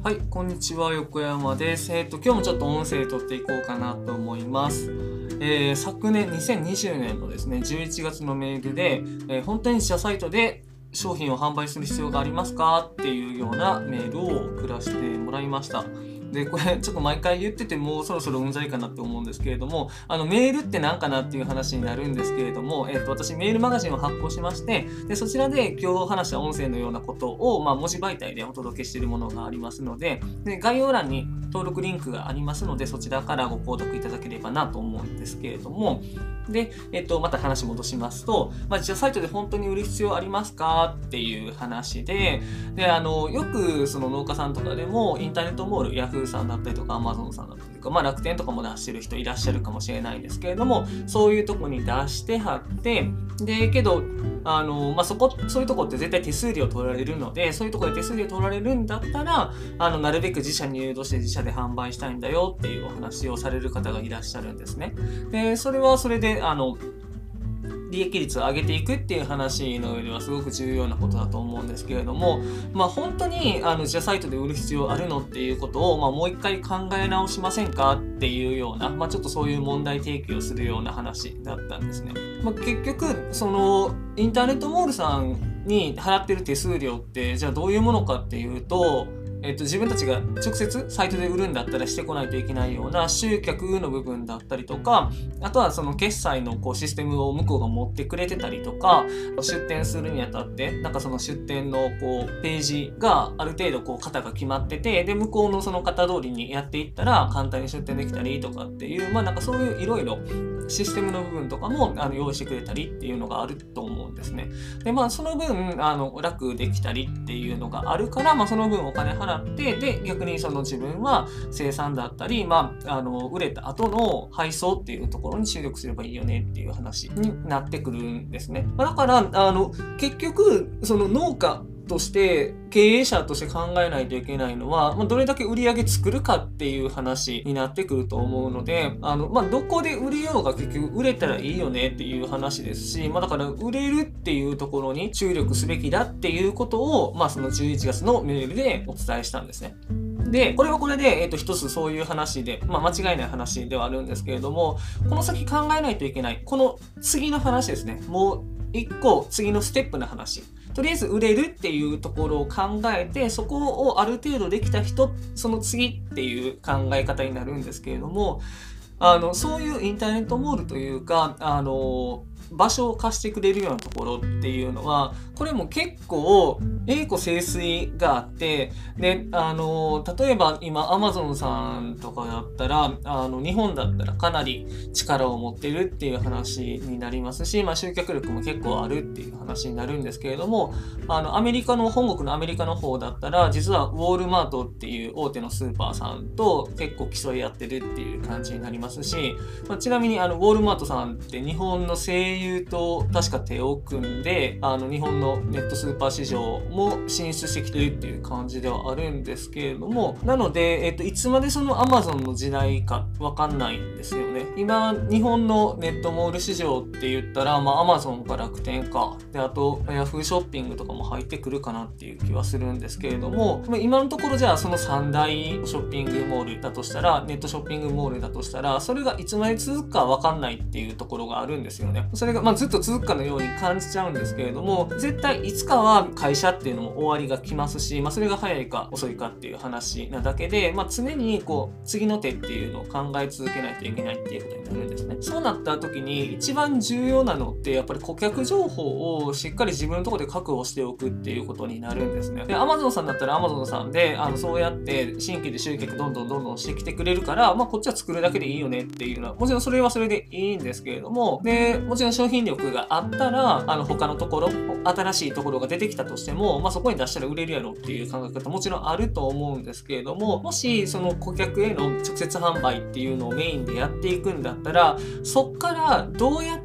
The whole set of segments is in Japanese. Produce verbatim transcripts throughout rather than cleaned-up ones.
はい、こんにちは、横山です。えっと、今日もちょっと音声取っていこうかなと思います。えー、昨年、にせんにじゅうねんのですね、じゅういちがつのメールで、えー、本当に自社サイトで商品を販売する必要がありますかっていうようなメールを送らせてもらいました。で、これちょっと毎回言っててもうそろそろうんざりかなって思うんですけれども、あのメールって何かなっていう話になるんですけれども、えっと、私メールマガジンを発行しまして、でそちらで今日話した音声のようなことを、まあ、文字媒体でお届けしているものがありますので、で概要欄に登録リンクがありますので、そちらからご購読いただければなと思うんですけれども、で、えっと、また話戻しますと、まあ、自社サイトで本当に売る必要ありますかっていう話で、で、あの、よくその農家さんとかでも、インターネットモール、ヤフーさんだったりとか、アマゾンさんだったりとか、まあ、楽天とかも出してる人いらっしゃるかもしれないですけれども、そういうとこに出してはって、で、けど、あの、まあ、そこ、そういうとこって絶対手数料取られるので、そういうとこで手数料取られるんだったら、あの、なるべく自社に誘導して自社で販売したいんだよっていうお話をされる方がいらっしゃるんですね。で、それはそれで、あの、利益率を上げていくっていう話の上ではすごく重要なことだと思うんですけれども、まあ、本当にあの自社サイトで売る必要あるのっていうことを、まあ、もう一回考え直しませんかっていうような、まあ、ちょっとそういう問題提起をするような話だったんですね。まあ、結局そのインターネットモールさんに払ってる手数料ってじゃあどういうものかっていうと、えっと、自分たちが直接サイトで売るんだったらしてこないといけないような集客の部分だったりとか、あとはその決済のこうシステムを向こうが持ってくれてたりとか、出店するにあたってなんかその出店のこうページがある程度こう型が決まってて、で向こうのその型通りにやっていったら簡単に出店できたりとかっていう、まあなんかそういういろいろシステムの部分とかもあの用意してくれたりっていうのがあると思うんですね。でまあその分あの楽できたりっていうのがあるから、まあその分お金払って、で逆にその自分は生産だったり、まあ、あの売れた後の配送っていうところに注力すればいいよねっていう話になってくるんですね。だからあの結局その農家として経営者として考えないといけないのは、まあ、どれだけ売り上げ作るかっていう話になってくると思うので、あの、まあ、どこで売れようが結局売れたらいいよねっていう話ですし、まあ、だから売れるっていうところに注力すべきだっていうことを、まあ、そのじゅういちがつのメールでお伝えしたんですね。で、これはこれで、えっと、一つそういう話で、まあ、間違いない話ではあるんですけれども、この先考えないといけない、この次の話ですね。もう一個次のステップの話。とりあえず売れるっていうところを考えて、そこをある程度できた人、その次っていう考え方になるんですけれども、あの、そういうインターネットモールというか、あの、場所を貸してくれるようなところっていうのは、これも結構栄枯盛衰があって、で、あの、例えば今 Amazon さんとかだったら、あの、日本だったらかなり力を持ってるっていう話になりますし、まあ集客力も結構あるっていう話になるんですけれども、あの、アメリカの、本国のアメリカの方だったら、実はウォールマートっていう大手のスーパーさんと結構競い合ってるっていう感じになりますし、まあ、ちなみにあの、ウォールマートさんって日本の声優と確か手を組んで、あの、日本のネットスーパー市場も進出してきてるっていう感じではあるんですけれども、なので、えっと、いつまでその Amazon の時代かわかんないんですよね。今、日本のネットモール市場って言ったら、まあ、Amazon か楽天か、で、あと、Yahoo ショッピングとかも入ってくるかなっていう気はするんですけれども、今のところじゃあそのさん大ショッピングモールだとしたら、ネットショッピングモールだとしたら、それがいつまで続くかわかんないっていうところがあるんですよね。それが、まあ、ずっと続くかのように感じちゃうんですけれども、絶対いつかは会社っていうのも終わりが来ますし、まあ、それが早いか遅いかっていう話なだけで、まあ、常にこう次の手っていうのを考え続けないといけないっていうことになるんですね。そうなった時に一番重要なのってやっぱり顧客情報をしっかり自分のところで確保しておくっていうことになるんですね。で、Amazon さんだったら Amazon さんであのそうやって新規で集客どんどんどんどんしてきてくれるから、まあ、こっちは作るだけでいいよねっていうのは、もちろんそれはそれでいいんですけれども、で、もちろん商品力があったら、あの他のところ、新しいところが出てきたとしても、まあ、そこに出したら売れるやろっていう考え方もちろんあると思うんですけれども、もしその顧客への直接販売っていうのをメインでやっていくんだったら、そっからどうやって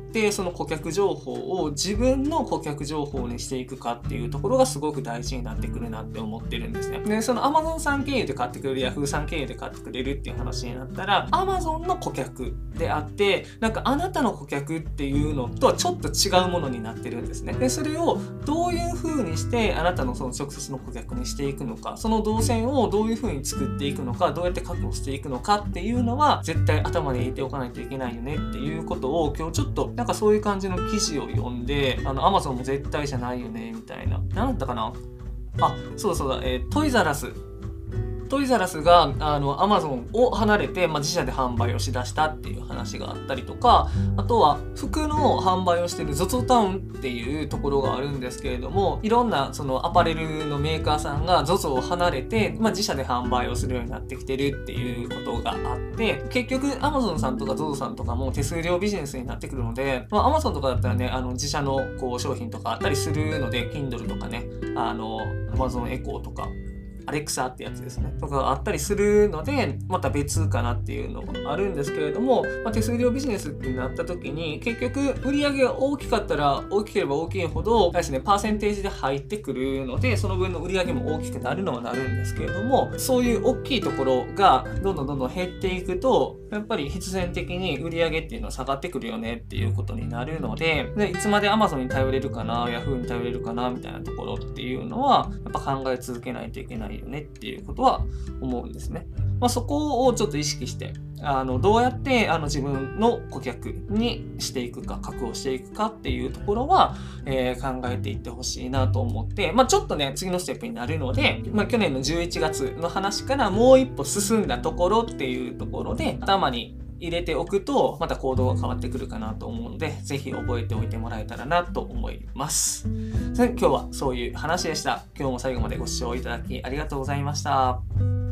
ってその顧客情報を自分の顧客情報にしていくかっていうところがすごく大事になってくるなって思ってるんですね。で、その Amazon さん経由で買ってくれる、Yahoo さん経由で買ってくれるっていう話になったら Amazon の顧客であって、なんかあなたの顧客っていうのとはちょっと違うものになってるんですね。で、それをどういう風にしてあなたのその直接の顧客にしていくのか、その動線をどういう風に作っていくのか、どうやって確保していくのかっていうのは絶対頭に入れておかないといけないよねっていうことを今日ちょっとなんかそういう感じの記事を読んで、あの Amazon も絶対じゃないよねみたいな、なんだったかな、あ、そうだそうだ、えー、トイザラストイザラスがあの Amazon を離れて、まあ、自社で販売をしだしたっていう話があったりとか、あとは服の販売をしている ゾゾ タウンっていうところがあるんですけれども、いろんなそのアパレルのメーカーさんが ゾゾ を離れて、まあ、自社で販売をするようになってきてるっていうことがあって、結局 Amazon さんとか ゾゾ さんとかも手数料ビジネスになってくるので、まあ、Amazon とかだったらね、あの自社のこう商品とかあったりするので Kindle とかね、あの Amazon Echo とかアレクサってやつですねとかがあったりするので、また別かなっていうのがあるんですけれども、まあ、手数料ビジネスってなった時に結局売り上げが大きかったら大きければ大きいほどですね、パーセンテージで入ってくるので、その分の売り上げも大きくなるのはなるんですけれども、そういう大きいところがどんどんどんどん減っていくと、やっぱり必然的に売り上げっていうのは下がってくるよねっていうことになるので、でいつまで Amazon に頼れるかな、Yahoo に頼れるかなみたいなところっていうのはやっぱ考え続けないといけないよねっていうことは思うんですね。まあ、そこをちょっと意識してあのどうやってあの自分の顧客にしていくか、確保していくかっていうところは、えー、考えていってほしいなと思って、まあ、ちょっとね次のステップになるので、まあ、去年のじゅういちがつの話からもう一歩進んだところっていうところで頭に入れておくとまた行動が変わってくるかなと思うので、ぜひ覚えておいてもらえたらなと思います。今日はそういう話でした。今日も最後までご視聴いただきありがとうございました。